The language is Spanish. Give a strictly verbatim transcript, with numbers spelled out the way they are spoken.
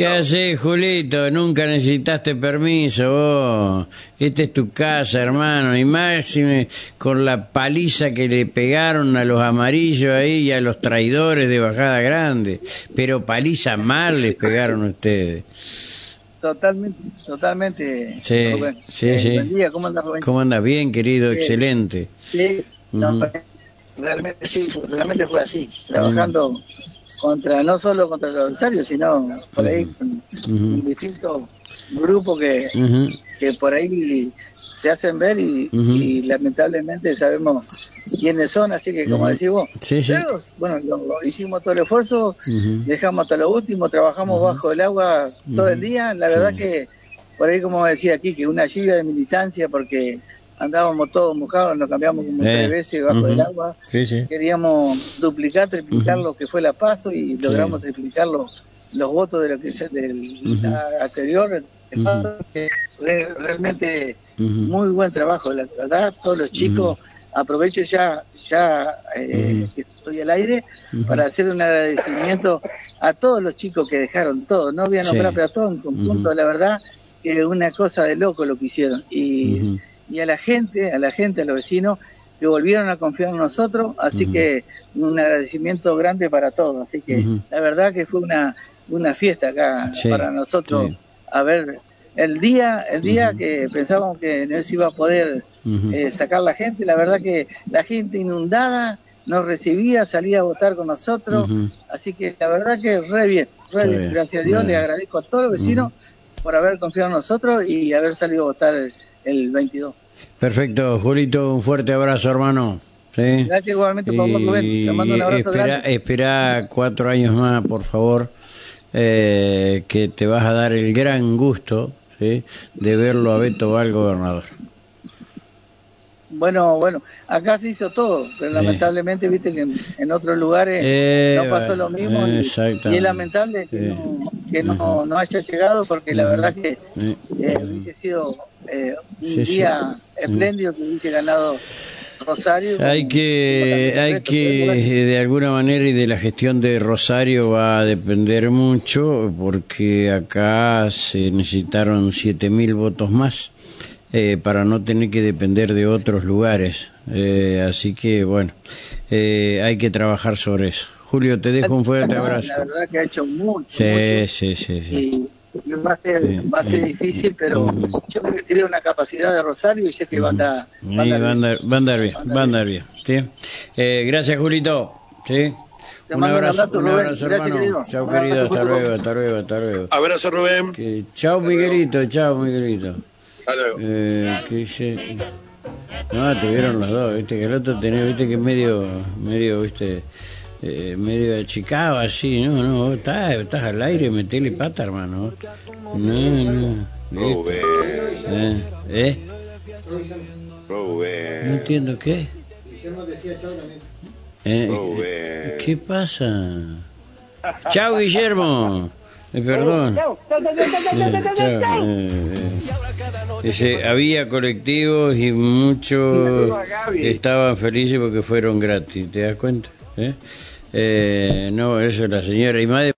¿Qué haces, Julito? Nunca necesitaste permiso vos. Esta es tu casa, hermano. Y máxime con la paliza que le pegaron a los amarillos ahí y a los traidores de Bajada Grande. Pero paliza mal les pegaron a ustedes. Totalmente, totalmente. Sí, Rubén. sí, eh, sí. Buen día, ¿cómo andas, Rubén? ¿Cómo andas? Bien, querido, Sí. excelente. Sí, no, Uh-huh. realmente sí, realmente fue así, trabajando uh-huh. contra, no solo contra los adversarios, sino por ahí Uh-huh. con, Uh-huh. con distintos grupos que, Uh-huh. que por ahí se hacen ver y, Uh-huh. y lamentablemente sabemos quiénes son, así que como Uh-huh. decís vos, sí, sí. pero, bueno, lo, lo hicimos todo el esfuerzo, Uh-huh. dejamos hasta lo último, trabajamos Uh-huh. bajo el agua todo Uh-huh. el día, la verdad sí. que por ahí, como decía aquí, que una lluvia de militancia, porque andábamos todos mojados, nos cambiamos como eh. tres veces bajo uh-huh. el agua, sí, sí. queríamos duplicar, triplicar uh-huh. lo que fue la PASO y logramos sí. triplicar los, los votos de lo que es del uh-huh. la anterior, el PASO, uh-huh. que re, realmente uh-huh. muy buen trabajo, la verdad, todos los chicos, uh-huh. aprovecho ya, ya eh, uh-huh. que estoy al aire, uh-huh. para hacer un agradecimiento a todos los chicos que dejaron todo, no voy a nombrar, sí. pero a todos en conjunto, uh-huh. la verdad, que una cosa de loco lo que hicieron, y, uh-huh. y a la gente, a la gente, a los vecinos, que volvieron a confiar en nosotros, así uh-huh. que un agradecimiento grande para todos, así que uh-huh. la verdad que fue una, una fiesta acá sí. para nosotros, sí. a ver, el día, el día uh-huh. que pensábamos que no se iba a poder uh-huh. eh, sacar la gente, la verdad que la gente inundada nos recibía, salía a votar con nosotros, uh-huh. así que la verdad que re bien, re bien. bien, gracias a Dios, bien. Le agradezco a todos los vecinos uh-huh. por haber confiado en nosotros y haber salido a votar el, el veintidós. Perfecto, Julito, un fuerte abrazo, hermano. ¿Sí? Gracias igualmente por vos, Rubén. Te mando un abrazo espera, grande. Espera cuatro años más, por favor, eh, que te vas a dar el gran gusto, ¿sí?, de verlo a Beto Val gobernador. Bueno, bueno, acá se hizo todo, pero eh. lamentablemente, viste que en, en otros lugares eh, no pasó lo mismo y, y es lamentable que, eh. no, que no, no haya llegado, porque la verdad que eh, hubiese sido eh, un sí, día sí. espléndido, que hubiese ganado Rosario. Hay que, hay que de alguna manera, y de la gestión de Rosario va a depender mucho, porque acá se necesitaron siete mil votos más. Eh, para no tener que depender de otros lugares, eh, así que bueno, eh, hay que trabajar sobre eso. Julio, te dejo un fuerte abrazo. La verdad que ha hecho mucho, sí, mucho sí, sí, sí. Y, y va a ser, sí, va a ser sí. difícil, pero uh, yo creo que tiene una capacidad de Rosario y sé que uh, va a andar, va a andar, va andar, va a andar bien, va a andar bien, ¿sí? Eh, gracias, Julito, ¿sí? Te un abrazo, abrazo, un Rubén. abrazo, Gracias, hermano. Querido. Chao, querido, hasta luego, hasta luego, hasta luego. Abrazo, Rubén. Que, chao, Miguelito, chao, Miguelito. Hasta luego. Eh, ¿qué dice? No, tuvieron los dos, viste, que el otro tenía, viste, que medio, medio, viste, eh, medio achicado así, no, no, vos estás, estás al aire, metele pata, hermano. No, no, Rubén. Eh, ¿eh? Rubén. No entiendo, ¿qué? Eh, Rubén. ¿Qué pasa? Chao, Guillermo. Eh, perdón. Chao, chao. Eh, eh. Dice, había colectivos y muchos estaban felices porque fueron gratis, ¿te das cuenta? ¿Eh? Eh, no, eso es la señora. Y más de